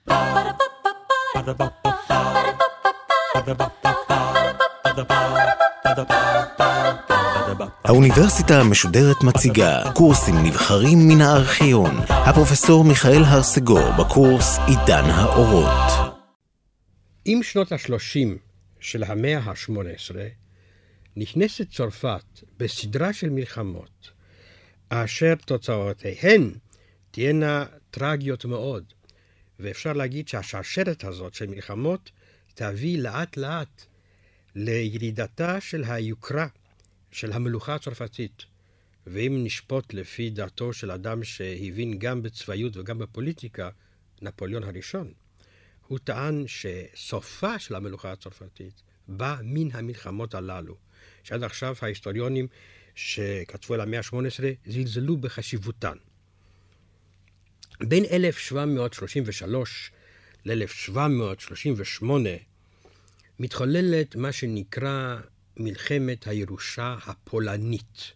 האוניברסיטה המשודרת מציגה קורסים נבחרים מן הארכיון. הפרופסור מיכאל הרסגור בקורס עידן האורות. עם שנות ה-30 של המאה ה-18 נכנסת צרפת בסדרה של מלחמות, אשר תוצאותיהן תהיינה טרגיות מאוד, ואפשר להגיד שהשרשרת הזאת של מלחמות תביא לאט לאט לירידתה של היוקרה של המלוכה הצרפתית. ואם נשפוט לפי דעתו של אדם שהבין גם בצבאיות וגם בפוליטיקה, נפוליאון הראשון, הוא טען שסופה של המלוכה הצרפתית בא מן המלחמות הללו, שעד עכשיו ההיסטוריונים שכתבו על המאה ה-18 זלזלו בחשיבותן. בין 1733 ל-1738 מתחוללת מה שנקרא מלחמת הירושה הפולנית.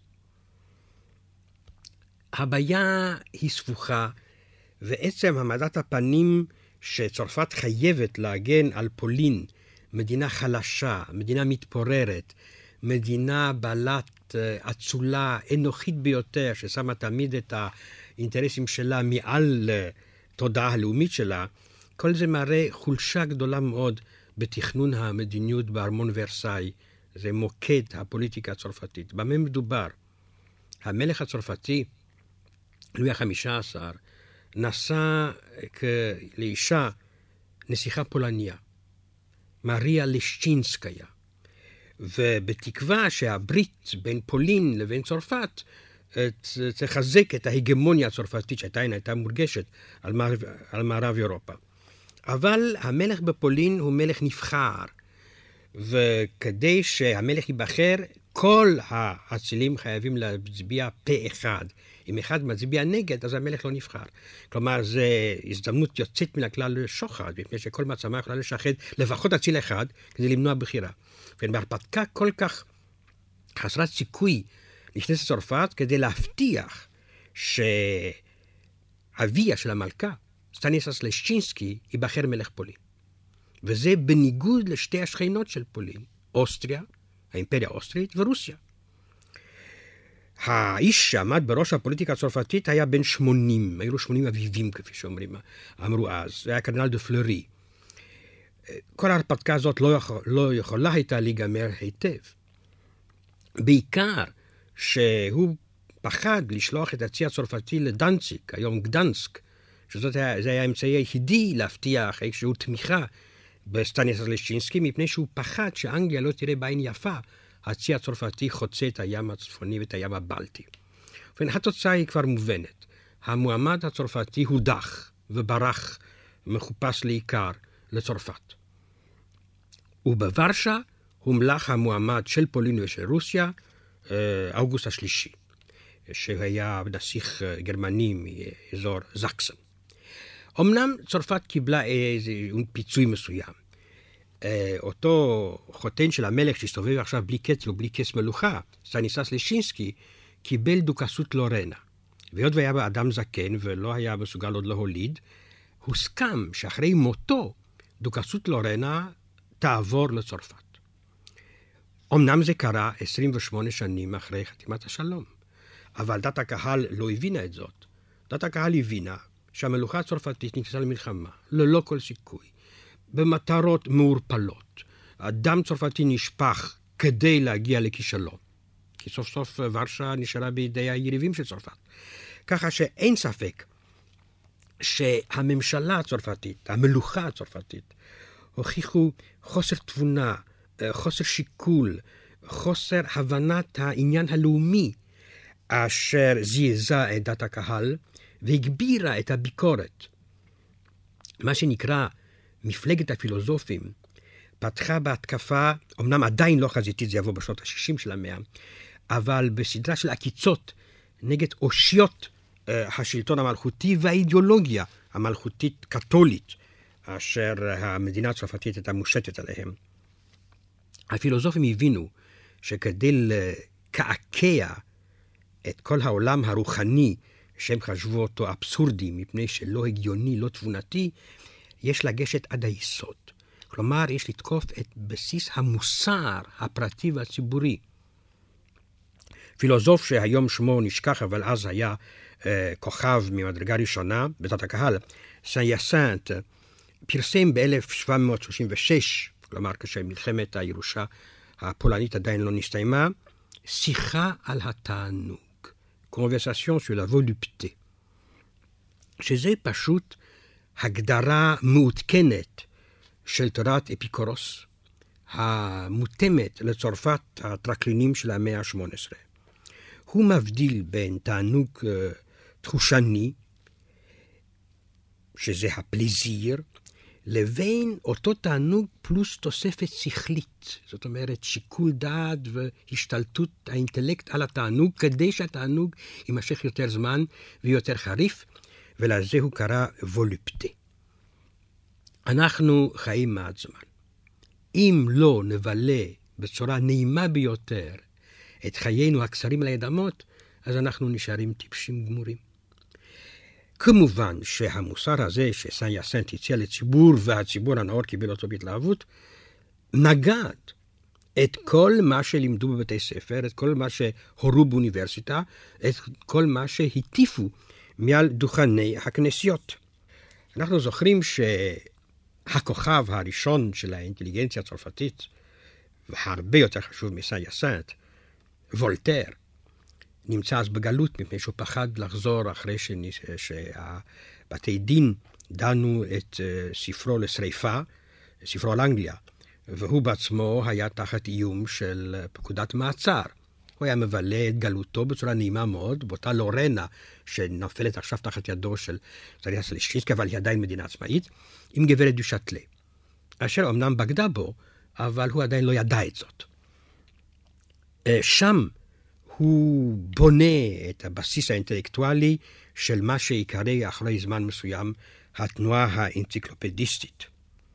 הבעיה היא סבוכה, ועצם העמדת הפנים שצרפת חייבת להגן על פולין, מדינה חלשה, מדינה מתפוררת, מדינה בעלת אצולה אנוכית ביותר, ששמה תמיד את האינטרסים שלה מעל תודעה הלאומית שלה, כל זה מראה חולשה גדולה מאוד בתכנון המדיניות בארמון ורסאי. זה מוקד הפוליטיקה הצרפתית. במה מדובר? המלך הצרפתי, לואי ה-15, נשא לאישה נסיכה פולניה, מריה לשצ'ינסקיה, ובתקווה שהברית בין פולין לבין צרפת תחזק את ההגמוניה הצרפתית שעדיין הייתה מורגשת על מערב אירופה. אבל המלך בפולין הוא מלך נבחר, וכדי שהמלך ייבחר, כל האצילים חייבים להצביע פה אחד. אם אחד מצביע נגד, אז המלך לא נבחר. כלומר, זו הזדמנות יוצאת מן הכלל לשוחד, מפני שכל מעצמה יכולה לשחד לפחות אציל אחד, כדי למנוע בחירה. ובהרפתקה כל כך חסרת סיכוי נכנסת צרפת, כדי להבטיח שאביה של המלכה, סטניסלס לשצ'ינסקי, ייבחר מלך פולין. וזה בניגוד לשתי השכנות של פולין, אוסטריה, האימפריה האוסטרית, ורוסיה. האיש שעמד בראש הפוליטיקה הצרפתית היה בן 80, היו לו 80 אביבים כפי שאומרים, אמרו אז, זה היה קרדינל דה פלורי. כל ההרפתקה הזאת לא יכולה הייתה להיגמר היטב. בעיקר שהוא פחד לשלוח את הצי הצרפתי לדנציק, היום גדנסק, שזה היה האמצעי היחידי להבטיח איזשהו תמיכה בסטניסלס לשצ'ינסקי, מפני שהוא פחד שאנגליה לא תראה בעין יפה הצי הצרפתי חוצה את הים הצפוני ואת הים הבלטי. התוצאה היא כבר מובנת. המועמד הצרפתי הודח וברח, מחופש לעיקר לצרפת. ובוורשה הומלך המועמד של פולין ושל רוסיה, אוגוסט השלישי, שהיה נסיך גרמני מאזור זקסן. אמנם צרפת קיבלה איזה פיצוי מסוים. אותו חותן של המלך שהסתובב עכשיו בלי קץ ובלי כס מלוכה, סטניסלס לשצ'ינסקי, קיבל דוכסות לורנה. והיות והיה באדם זקן ולא היה מסוגל עוד להוליד, הוסכם שאחרי מותו דוכסות לורנה תעבור לצרפת. אמנם זה קרה 28 שנים אחרי חתימת השלום, אבל דת הקהל לא הבינה את זאת. דת הקהל הבינה שהמלוכה הצרפתית נכנסה למלחמה, ללא כל סיכוי, במטרות מעורפלות. הדם צרפתי נשפך כדי להגיע לכישלון, כי סוף סוף ורשה נשארה בידי היריבים של צרפת. ככה שאין ספק שהממשלה הצרפתית, המלוכה הצרפתית, הוכיחו חוסר תבונה, חוסר שיקול, חוסר הבנת העניין הלאומי, אשר זעזע את דת הקהל, והגבירה את הביקורת. מה שנקרא מפלגת הפילוסופים פתחה בהתקפה, אמנם עדיין לא חזיתית, זה יבוא בשנות ה-60 של המאה, אבל בסדרה של עקיצות נגד אושיות השלטון המלכותי והאידיאולוגיה המלכותית קתולית, אשר המדינה הצרפתית הייתה מושתת עליהם. הפילוסופים הבינו שכדי לקעקע את כל העולם הרוחני, שהם חשבו אותו אבסורדי, מפני שלא הגיוני, לא תבונתי, יש לגשת עד היסוד. כלומר, יש לתקוף את בסיס המוסר הפרטי והציבורי. פילוסוף שהיום שמו נשכח, אבל אז היה כוכב ממדרגה ראשונה, בדעת הקהל, סן יסנט, פרסם ב-1736, כלומר כשמלחמת הירושה הפולנית עדיין לא נסתיימה, שיחה על התענוג, conversation sur la volupté, שזה פשוט הגדרה מעודכנת של תורת אפיקורוס, המותאמת לצרפת הטרקלינים של המאה ה-18. הוא מבדיל בין תענוג תחושני, שזה הפלזיר, לבין אותו תענוג פלוס תוספת שכלית. זאת אומרת, שיקול דעת והשתלטות האינטלקט על התענוג, כדי שהתענוג יימשך יותר זמן ויותר חריף, ולזה הוא קרא וולופטה. אנחנו חיים מעט זמן. אם לא נבלה בצורה נעימה ביותר את חיינו הקצרים על האדמות, אז אנחנו נשארים טיפשים גמורים. כמובן שהמוסר הזה שסן יסנט הציע לציבור, והציבור הנאור קיבל אותו בהתלהבות, נגד את כל מה שלימדו בבתי ספר, את כל מה שהורו באוניברסיטה, את כל מה שהטיפו מעל דוכני הכנסיות. אנחנו זוכרים שהכוכב הראשון של האינטליגנציה הצרפתית, והרבה יותר חשוב מסן יסנט, וולטר, נמצא אז בגלות, מפני שהוא פחד לחזור אחרי שבתי דין דנו את ספרו לשריפה, ספרו על אנגליה, והוא בעצמו היה תחת איום של פקודת מעצר. הוא היה מבלה את גלותו בצורה נעימה מאוד, באותה לורנה שנופלת עכשיו תחת ידו של צאריס השלישית, אבל היא עדיין מדינה עצמאית, עם גברת דו שאטלה, אשר אמנם בגדה בו, אבל הוא עדיין לא ידע את זאת. שם הוא בונה את הבסיס האינטלקטואלי של מה שיקרא אחרי זמן מסוים התנועה האנציקלופדיסטית.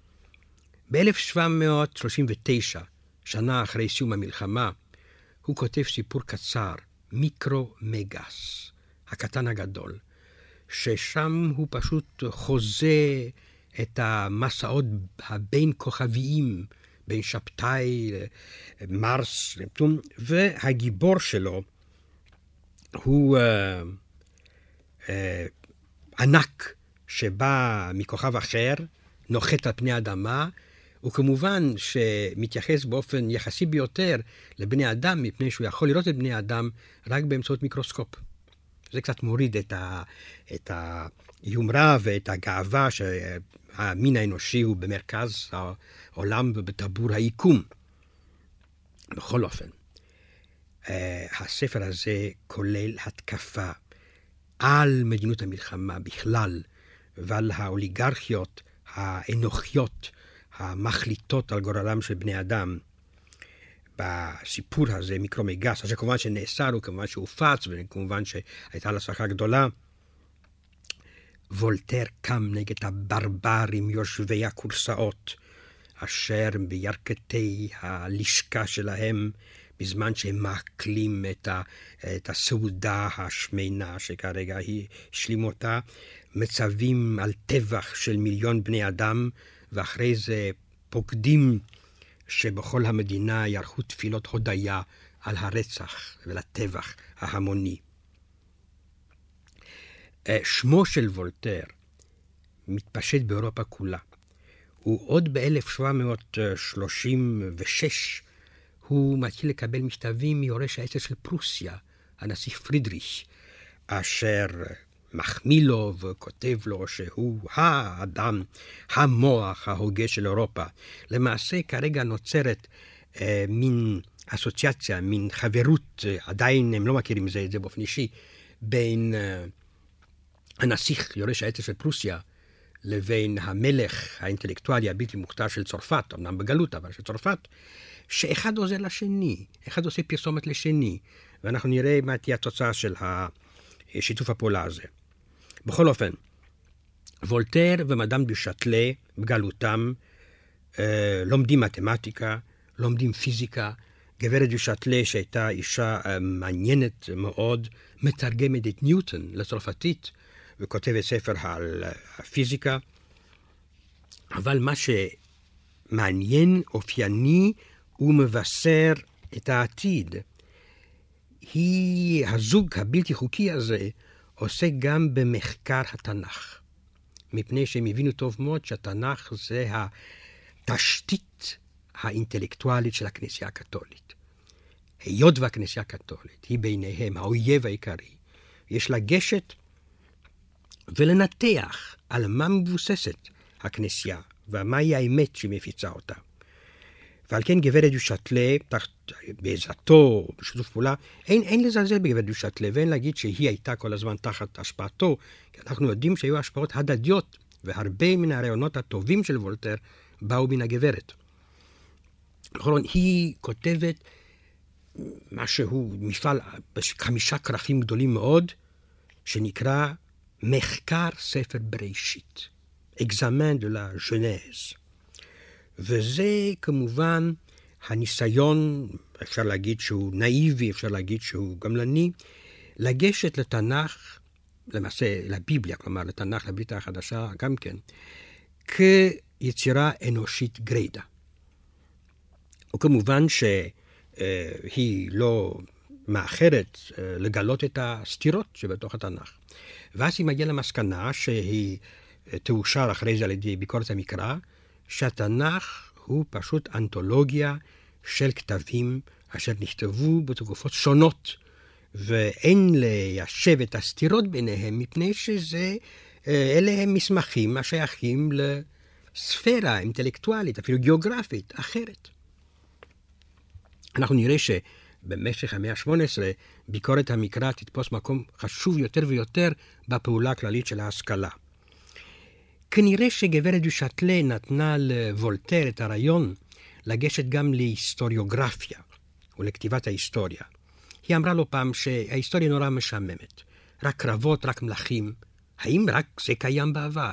ב-1739, שנה אחרי סיום המלחמה, הוא כותב סיפור קצר, מיקרו-מגס, הקטן הגדול, ששם הוא פשוט חוזה את המסעות הבין כוכביים, בין שבתאי, מרס, נפטון, והגיבור שלו הוא ענק שבא מכוכב אחר, נוחת על פני האדמה, וכמובן שמתייחס באופן יחסי ביותר לבני אדם, מפני שהוא יכול לראות את בני האדם רק באמצעות מיקרוסקופ. זה קצת מוריד את היומרה ואת הגאווה שהמין האנושי הוא במרכז העולם ובטבור היקום. בכל אופן, הספר הזה כולל התקפה על מדיניות המלחמה בכלל, ועל האוליגרכיות האנוכיות המחליטות על גורלם של בני אדם. בסיפור הזה, מיקרו-מגס, אז כמובן שנאסר, וכמובן שהופץ, וכמובן שהייתה לה הצלחה גדולה. וולטר קם נגד הברברים יושבי הכורסאות, אשר בירכתי הלשכה שלהם, בזמן שהם מעכלים את הסעודה השמנה שכרגע היא השלימו אותה, מצווים על טבח של 1,000,000 בני אדם, ואחרי זה פוקדים שבכל המדינה יערכו תפילות הודיה על הרצח ולטבח ההמוני. שמו של וולטר מתפשט באירופה כולה. הוא עוד ב-1736 הוא מתחיל לקבל מכתבים מיורש העצר של פרוסיה, הנסיך פרידריך, אשר מחמיא לו וכותב לו שהוא האדם, המוח ההוגה של אירופה. למעשה כרגע נוצרת מין אסוציאציה, מין חברות, עדיין הם לא מכירים את זה באופן אישי, בין הנסיך יורש העצר של פרוסיה לבין המלך האינטלקטואלי הבלתי מוכתר של צרפת, אמנם בגלות אבל של צרפת, שאחד עוזר לשני, אחד עושה פרסומת לשני, ואנחנו נראה מה תהיה התוצאה של שיתוף הפעולה הזה. בכל אופן, וולטר ומדאם דו שאטלה בגלותם לומדים מתמטיקה, לומדים פיזיקה. גברת דו שאטלה, שהייתה אישה מעניינת מאוד, מתרגמת את ניוטון לצרפתית וכותבת ספר על הפיזיקה. אבל מה שמעניין, אופייני, ומבשר את העתיד. הזוג הבלתי חוקי הזה עושה גם במחקר התנ"ך, מפני שהם הבינו טוב מאוד שהתנ"ך זה התשתית האינטלקטואלית של הכנסייה הקתולית. היות והכנסייה הקתולית היא ביניהם האויב העיקרי, יש לגשת ולנתח על מה מבוססת הכנסייה, ומהי האמת שמפיצה אותה. ועל כן גברת דו שטלה, בעזרתו, בשיתוף פעולה, אין לזלזל בגברת דו שטלה, ואין להגיד שהיא הייתה כל הזמן תחת השפעתו, כי אנחנו יודעים שהיו השפעות הדדיות, והרבה מן הרעיונות הטובים של וולטר באו מן הגברת. נכון, היא כותבת משהו, מפעל ב5 כרכים גדולים מאוד, שנקרא מחקר ספר בראשית, Examen de la Genèse. וזה כמובן הניסיון, אפשר להגיד שהוא נאיבי, אפשר להגיד שהוא גמלני, לגשת לתנ"ך, למעשה לביבליה, כלומר לתנ"ך, לברית החדשה גם כן, כיצירה אנושית גרידא. וכמובן שהיא לא מאחרת לגלות את הסתירות שבתוך התנ"ך. ואז היא מגיעה למסקנה שהיא תאושר אחרי זה על ידי ביקורת המקרא, שהתנ"ך הוא פשוט אנתולוגיה של כתבים אשר נכתבו בתקופות שונות, ואין ליישב את הסתירות ביניהם, מפני אלה הם מסמכים השייכים לספירה אינטלקטואלית, אפילו גיאוגרפית, אחרת. אנחנו נראה שבמשך המאה ה-18 ביקורת המקרא תתפוס מקום חשוב יותר ויותר בפעולה הכללית של ההשכלה. כנראה שגברת דו שטלה נתנה לוולטר את הרעיון לגשת גם להיסטוריוגרפיה ולכתיבת ההיסטוריה. היא אמרה לו פעם שההיסטוריה נורא משעממת, רק קרבות, רק מלכים. האם רק זה קיים בעבר?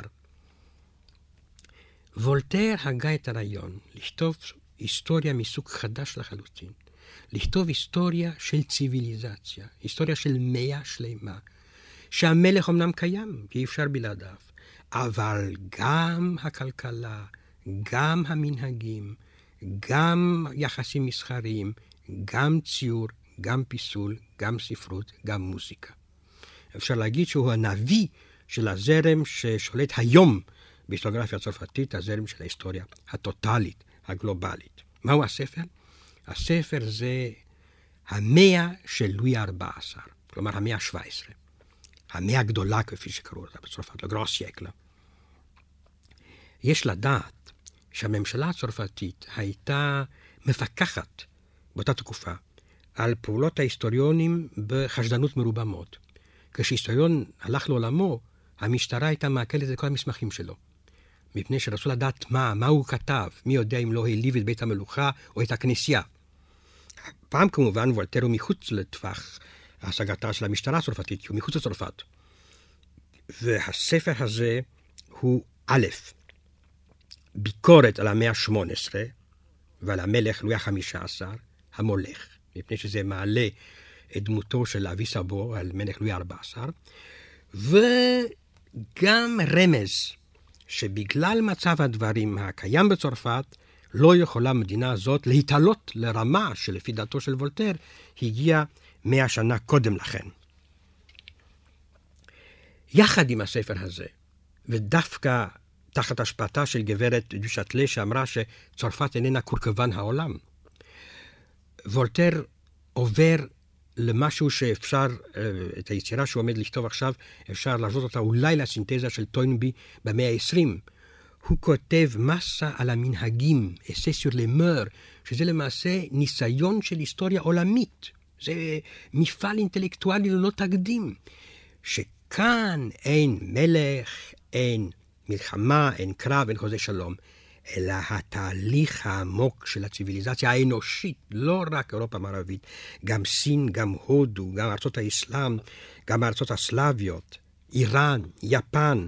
וולטר הגה את הרעיון לכתוב היסטוריה מסוג חדש לחלוטין, לכתוב היסטוריה של ציוויליזציה, היסטוריה של 100 שלמה, שהמלך אמנם קיים, כי אפשר בלעדיו, אבל גם הכלכלה, גם המנהגים, גם יחסים מסחריים, גם ציור, גם פיסול, גם ספרות, גם מוזיקה. אפשר להגיד שהוא הנביא של הזרם ששולט היום בהיסטוריוגרפיה הצרפתית, הזרם של ההיסטוריה הטוטלית, הגלובלית. מהו הספר? הספר זה 100 של לואי ה-14, כלומר 117. 100 הגדולה כפי שקראו אותה בצרפת, לגרנד סייקל. יש לדעת שהממשלה הצרפתית הייתה מפקחת באותה תקופה על פעולות ההיסטוריונים בחשדנות מרובה מאוד. כשהיסטוריון הלך לעולמו, המשטרה הייתה מעקלת את כל המסמכים שלו. מפני שרצו לדעת מה הוא כתב, מי יודע אם לא העליב את בית המלוכה או את הכנסייה. פעם כמובן וולטר הוא מחוץ לטווח השגתה של המשטרה הצרפתית, כי הוא מחוץ לצרפת. והספר הזה הוא א', ביקורת על המאה ה-18 ועל המלך לואי ה-15, המולך, מפני שזה מעלה את דמותו של אבי סבו על מלך לואי ה-14, וגם רמז שבגלל מצב הדברים הקיים בצרפת, לא יכולה המדינה הזאת להתעלות לרמה שלפי דעתו של וולטר הגיעה 100 שנה קודם לכן. יחד עם הספר הזה, ודווקא תחת השפעתה של גברת דו שטלה שאמרה שצרפת איננה קורקוון העולם, וולטר עובר למשהו שאפשר, את היצירה שהוא עומד לכתוב עכשיו, אפשר להשוות אותה אולי לסינתזה של טוינבי במאה ה-20. הוא כותב מסה על המנהגים, essai sur les mœurs, שזה למעשה ניסיון של היסטוריה עולמית. זה מפעל אינטלקטואלי ללא תקדים. שכאן אין מלך, אין מלחמה, אין קרב, אין חוזה שלום, אלא התהליך העמוק של הציוויליזציה האנושית, לא רק אירופה המערבית, גם סין, גם הודו, גם ארצות האסלאם, גם ארצות הסלאביות, איראן, יפן,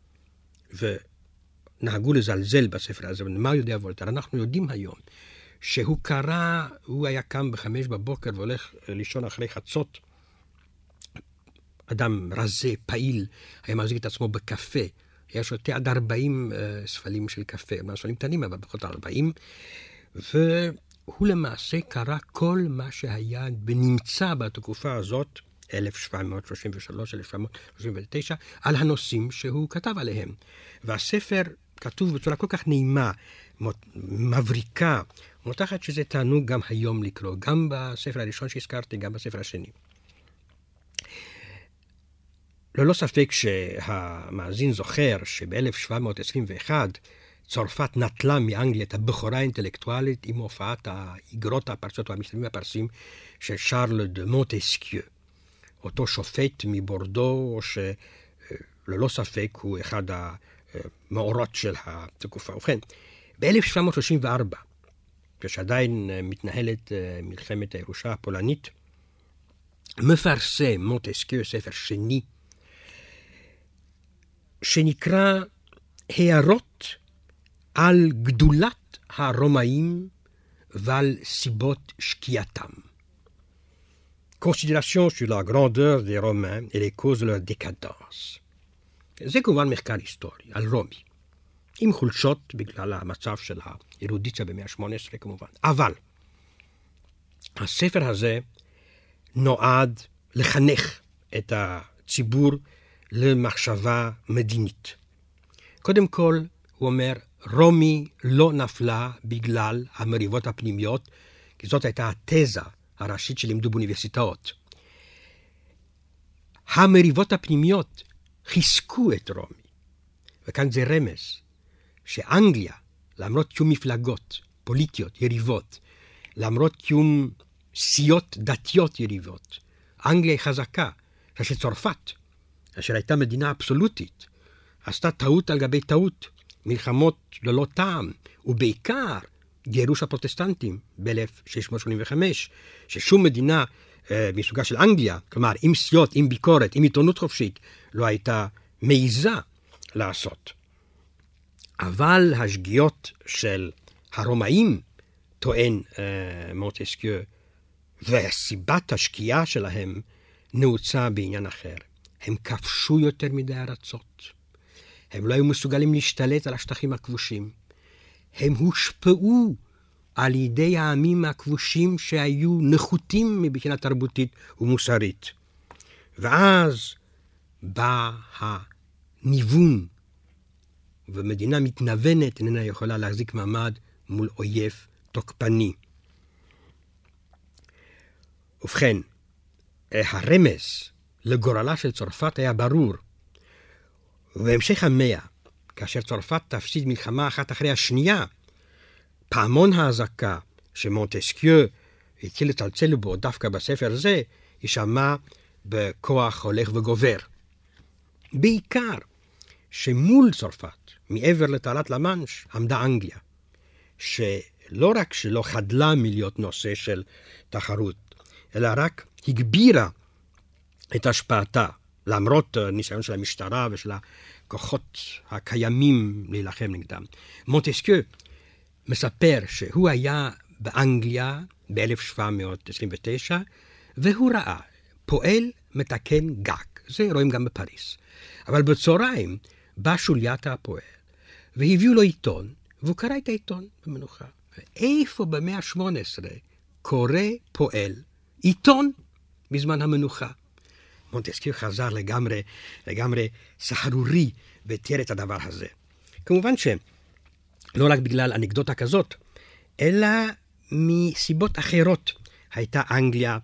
ונהגו לזלזל בספר הזה. מה יודע וולטר? אנחנו יודעים היום שהוא קרא, הוא היה קם ב5 בבוקר והולך לישון אחרי חצות, אדם רזה, פעיל, היה מחזיק את עצמו בקפה, היה שותה עד 40 ספלים של קפה, ספלים קטנים, אבל פחות 40, והוא למעשה קרא כל מה שהיה בנמצא בתקופה הזאת, 1733, 1739, על הנושאים שהוא כתב עליהם. והספר כתוב בצורה כל כך נעימה, מבריקה, מותחת שזה תענוג גם היום לקרוא, גם בספר הראשון שהזכרתי, גם בספר השני. ללא ספק שהמאזין זוכר שב-1721 צרפת נטלה מאנגליה את הבכורה האינטלקטואלית עם הופעת האגרות הפרסיות והמשתמים הפרסים של שרל דה מונטסקיו, אותו שופט מבורדו שללא ספק הוא אחד המאורות של התקופה. ובכן, ב-1734, כשעדיין מתנהלת מלחמת הירושה הפולנית, מפרסם מונטסקיו ספר שני, שנקרא הערות על גדולת הרומאים ועל סיבות שקיעתם. Considération sur la grandeur des Romains et les causes de leur décadence. זה כמובן מחקר היסטורי, על רומי, עם חולשות בגלל המצב של האירודיציה במאה ה-18 כמובן. אבל הספר הזה נועד לחנך את הציבור למחשבה מדינית. קודם כל, הוא אומר, רומי לא נפלה בגלל המריבות הפנימיות, כי זאת הייתה התזה הראשית שלימדו באוניברסיטאות. המריבות הפנימיות חיזקו את רומי. וכאן זה רמז, שאנגליה, למרות קיום מפלגות פוליטיות יריבות, למרות קיום סיעות דתיות יריבות, אנגליה היא חזקה, שצרפת, אשר הייתה מדינה אבסולוטית, עשתה טעות על גבי טעות, מלחמות ללא טעם, ובעיקר גירוש הפרוטסטנטים ב-1685, ששום מדינה מסוגה של אנגליה, כלומר עם סיעות, עם ביקורת, עם עיתונות חופשית, לא הייתה מעיזה לעשות. אבל השגיאות של הרומאים, טוען מונטסקיו, וסיבת השקיעה שלהם נעוצה בעניין אחר. הם כבשו יותר מדי ארצות. הם לא היו מסוגלים להשתלט על השטחים הכבושים. הם הושפעו על ידי העמים הכבושים שהיו נחותים מבחינה תרבותית ומוסרית. ואז בא הניוון, ומדינה מתנוונת איננה יכולה להחזיק מעמד מול אויב תוקפני. ובכן, הרמז לגורלה של צרפת היה ברור. ובהמשך המאה, כאשר צרפת תפסיד מלחמה אחת אחרי השנייה, פעמון האזעקה שמונטסקיו התחיל לצלצל בו דווקא בספר זה, יישמע בכוח הולך וגובר. בעיקר שמול צרפת, מעבר לתעלת למאנש, עמדה אנגליה, שלא רק שלא חדלה מלהיות נושא של תחרות, אלא רק הגבירה את השפעתה, למרות ניסיון של המשטרה ושל הכוחות הקיימים להילחם נגדם. מונטסקיו מספר שהוא היה באנגליה ב-1729, והוא ראה פועל מתקן גג. זה רואים גם בפריס. אבל בצהריים בא שוליית הפועל, והביאו לו עיתון, והוא קרא את העיתון במנוחה. ואיפה במאה ה-18 קורא פועל עיתון בזמן המנוחה? מונטסקיו חזר לגמרי סחרורי ותיאר את הדבר הזה. כמובן שלא רק בגלל אנקדוטה כזאת, אלא מסיבות אחרות הייתה אנגליה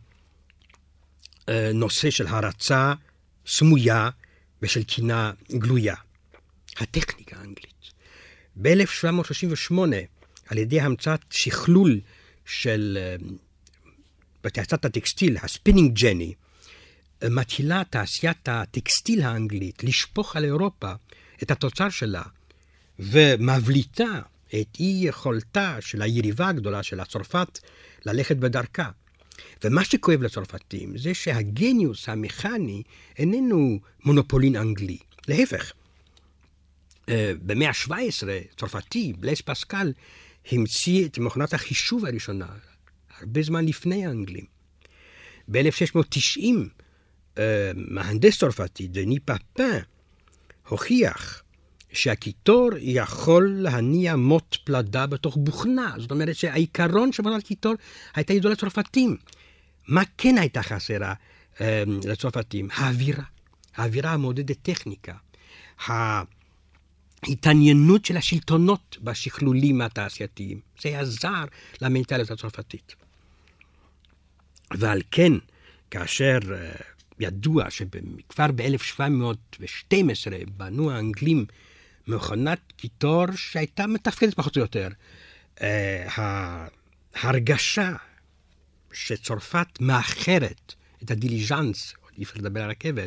נושא של הרצה סמויה ושל קינה גלויה. הטכניקה האנגלית. ב-1738, על ידי המצאת שכלול של בתעשיית הטקסטיל, הספינינג ג'ני, מתחילה תעשיית הטקסטיל האנגלית לשפוך על אירופה את התוצר שלה, ומבליטה את אי יכולתה של היריבה הגדולה של הצרפת ללכת בדרכה. ומה שכואב לצרפתים זה שהגניוס המכני איננו מונופולין אנגלי. להפך, במאה ה-17 צרפתי, בלייס פסקל, המציא את מכונת החישוב הראשונה, הרבה זמן לפני האנגלים. ב-1690, מהנדס צרפתי, דני פאפין, הוכיח שהקיטור יכול להניע מוט פלדה בתוך בוכנה. זאת אומרת שהעיקרון של מונדת קיטור הייתה ידועה לצרפתים. מה כן הייתה חסרה לצרפתים? האווירה המעודדת טכניקה. ההתעניינות של השלטונות בשכלולים התעשייתיים. זה עזר למנטליות הצרפתית. ועל כן, כאשר ידוע שכבר ב-1712 בנו האנגלים מכונת קיטור שהייתה מתפקדת פחות או יותר, ההרגשה שצרפת מאחרת את הדיליז'אנס, אי אפשר לדבר על הרכבת,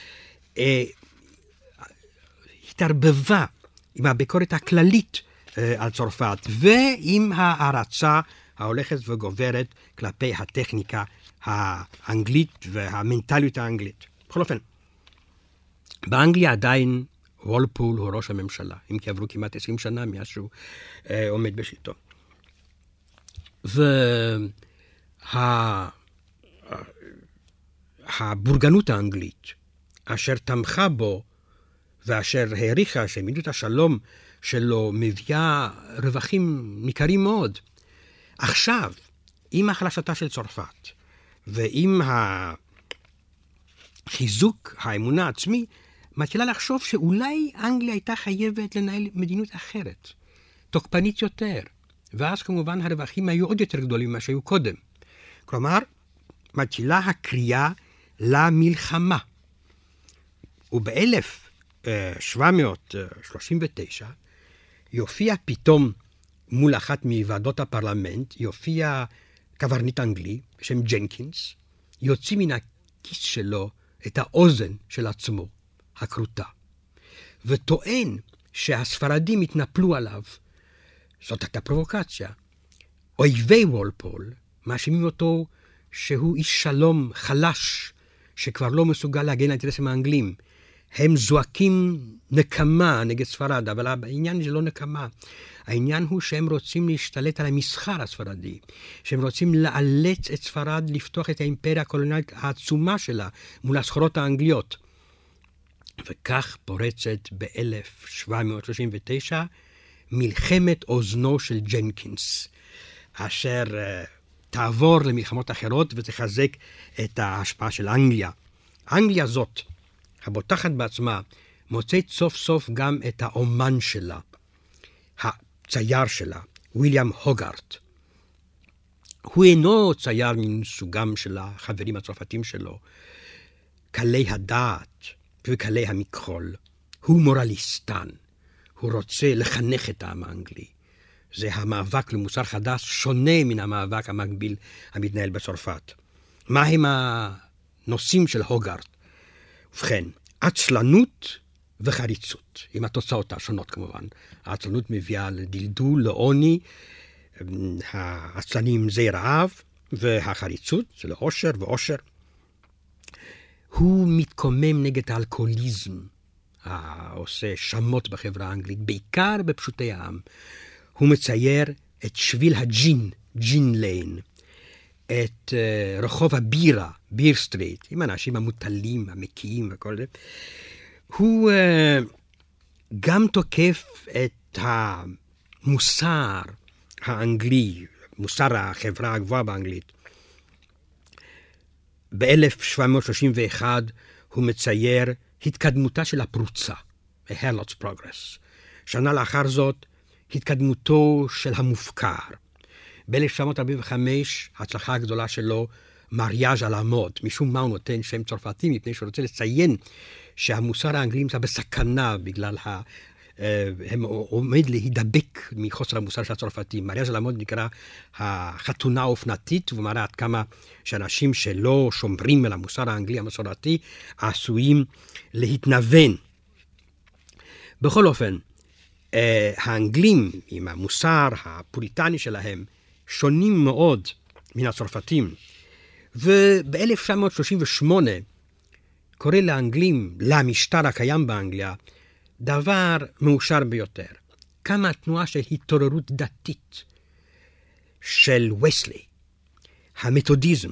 התערבבה עם הביקורת הכללית על צרפת, ועם הערצה ההולכת וגוברת כלפי הטכניקה האנגלית והמנטליות האנגלית. בכל אופן, באנגליה עדיין וולפול הוא ראש הממשלה, אם כי עברו כמעט 20 שנה מאז שהוא עומד בשלטון. והבורגנות האנגלית, אשר תמכה בו, ואשר העריכה שמדיניות השלום שלו מביאה רווחים ניכרים מאוד, עכשיו, עם החלשתה של צרפת, ועם חיזוק האמונה העצמי, מתחילה לחשוב שאולי אנגליה הייתה חייבת לנהל מדיניות אחרת, תוקפנית יותר, ואז כמובן הרווחים היו עוד יותר גדולים ממה שהיו קודם. כלומר, מתחילה הקריאה למלחמה. וב-1739 יופיע פתאום מול אחת מוועדות הפרלמנט, יופיע קברניט אנגלי בשם ג'נקינס, יוציא מן הכיס שלו את האוזן של עצמו, הקרוטה, וטוען שהספרדים התנפלו עליו. זאת הייתה פרובוקציה. אויבי וולפול מאשימים אותו שהוא איש שלום חלש, שכבר לא מסוגל להגן על האינטרסים האנגלים. הם זועקים נקמה נגד ספרד, אבל העניין זה לא נקמה. העניין הוא שהם רוצים להשתלט על המסחר הספרדי, שהם רוצים לאלץ את ספרד לפתוח את האימפריה הקולוניאלית העצומה שלה מול הסחורות האנגליות. וכך פורצת ב-1739 מלחמת אוזנו של ג'נקינס, אשר תעבור למלחמות אחרות ותחזק את ההשפעה של אנגליה. אנגליה זאת, הבוטחת בעצמה, מוצאת סוף סוף גם את האומן שלה, הצייר שלה, וויליאם הוגארט. הוא אינו צייר מסוגם של החברים הצרפתים שלו, קלי הדעת וקלי המכחול. הוא מורליסטן, הוא רוצה לחנך את העם האנגלי. זה המאבק למוסר חדש שונה מן המאבק המקביל המתנהל בצרפת. מה הם הנושאים של הוגארט? ובכן, עצלנות וחריצות, עם התוצאות השונות כמובן. העצלנות מביאה לדלדול, לעוני, העצלנים זה רעב, והחריצות זה לאושר ואושר. הוא מתקומם נגד האלכוהוליזם, העושה שמות בחברה האנגלית, בעיקר בפשוטי העם. הוא מצייר את שביל הג'ין, ג'ין ליין, את רחוב הבירה, ביר סטריט, עם אנשים המוטלים, המקיים וכל זה. הוא גם תוקף את המוסר האנגלי, מוסר החברה הגבוהה באנגלית. ב-1731 הוא מצייר התקדמותה של הפרוצה, ה-Harlot's Progress. שנה לאחר זאת, התקדמותו של המופקר. ב-1945, ההצלחה הגדולה שלו, מריאז' על המוד. משום מה הוא נותן שם צרפתי, מפני שהוא רוצה לציין שהמוסר האנגלי נמצא בסכנה, בגלל הם עומד להידבק מחוסר המוסר של הצרפתים. מריאז' על המוד נקרא החתונה האופנתית, והוא מראה עד כמה שאנשים שלא שומרים על המוסר האנגלי המסורתי, עשויים להתנוון. בכל אופן, האנגלים עם המוסר הפוריטני שלהם שונים מאוד מן הצרפתים, וב-1938 קורא לאנגלים, למשטר הקיים באנגליה, דבר מאושר ביותר. כמה תנועה של התעוררות דתית של וסלי, המתודיזם.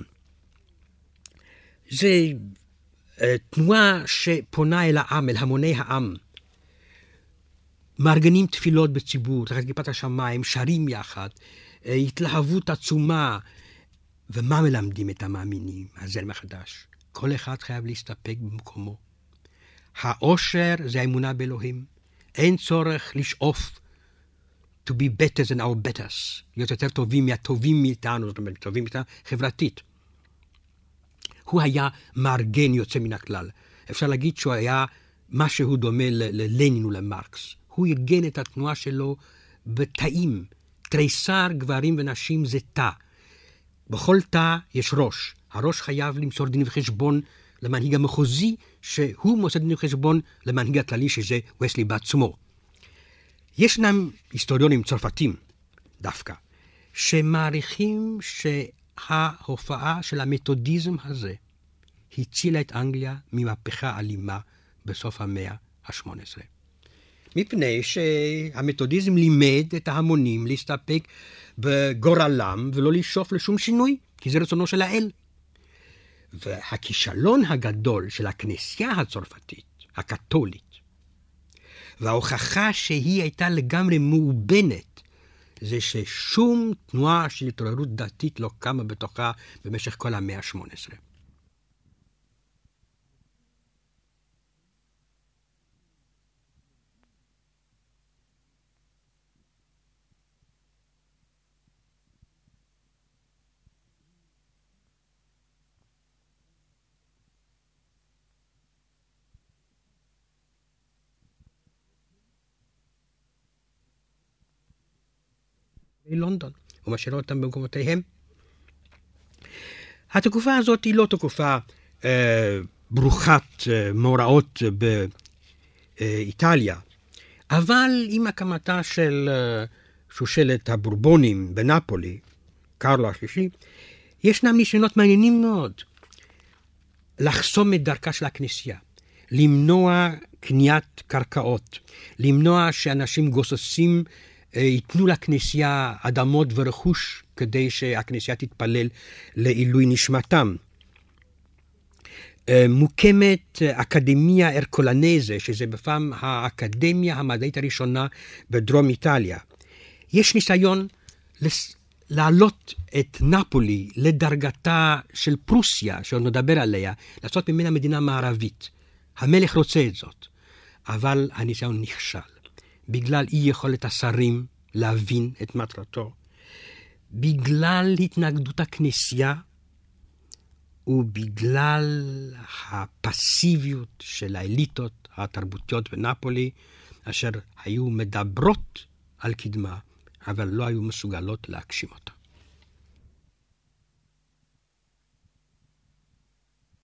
זה תנועה שפונה אל העם, אל המוני העם, מארגנים תפילות בציבור, תחת כיפת השמיים, שרים יחד, התלהבות עצומה. ומה מלמדים את המאמינים? הזרם החדש. כל אחד חייב להסתפק במקומו. העושר זה האמונה באלוהים. אין צורך לשאוף to be better than our betters, להיות יותר טובים מהטובים מאיתנו, זאת אומרת, טובים מאיתנו חברתית. הוא היה מארגן יוצא מן הכלל. אפשר להגיד שהוא היה משהו דומה ללנין ולמרקס. הוא ארגן את התנועה שלו בתאים. תריסר גברים ונשים זה תא. בכל תא יש ראש. הראש חייב למסור דין וחשבון למנהיג המחוזי, שהוא מוסר דין וחשבון למנהיג הכללי, שזה וסלי בעצמו. ישנם היסטוריונים צרפתים דווקא, שמעריכים שההופעה של המתודיזם הזה הצילה את אנגליה ממהפכה אלימה בסוף המאה ה-18. מפני שהמתודיזם לימד את ההמונים להסתפק בגורלם ולא לשאוף לשום שינוי, כי זה רצונו של האל. והכישלון הגדול של הכנסייה הצרפתית, הקתולית, וההוכחה שהיא הייתה לגמרי מאובנת, זה ששום תנועה של התעוררות דתית לא קמה בתוכה במשך כל המאה ה-18. לונדון, ומשאירה אותם במקומותיהם. התקופה הזאת היא לא תקופה ברוכת מאורעות באיטליה, אבל עם הקמתה של שושלת הבורבונים בנפולי, קרלו השלישי, ישנם ניסיונות מעניינים מאוד לחסום את דרכה של הכנסייה, למנוע קניית קרקעות, למנוע שאנשים גוססים ייתנו לכנסייה אדמות ורכוש כדי שהכנסייה תתפלל לעילוי נשמתם. מוקמת אקדמיה ארקולנזה, שזה בפעם האקדמיה המדעית הראשונה בדרום איטליה. יש ניסיון להעלות את נפולי לדרגתה של פרוסיה, שעוד נדבר עליה, לעשות ממנה מדינה מערבית. המלך רוצה את זאת, אבל הניסיון נכשל. בגלל אי יכולת השרים להבין את מטרתו, בגלל התנגדות הכנסייה, ובגלל הפסיביות של האליטות התרבותיות בנפולי, אשר היו מדברות על קדמה, אבל לא היו מסוגלות להגשים אותה.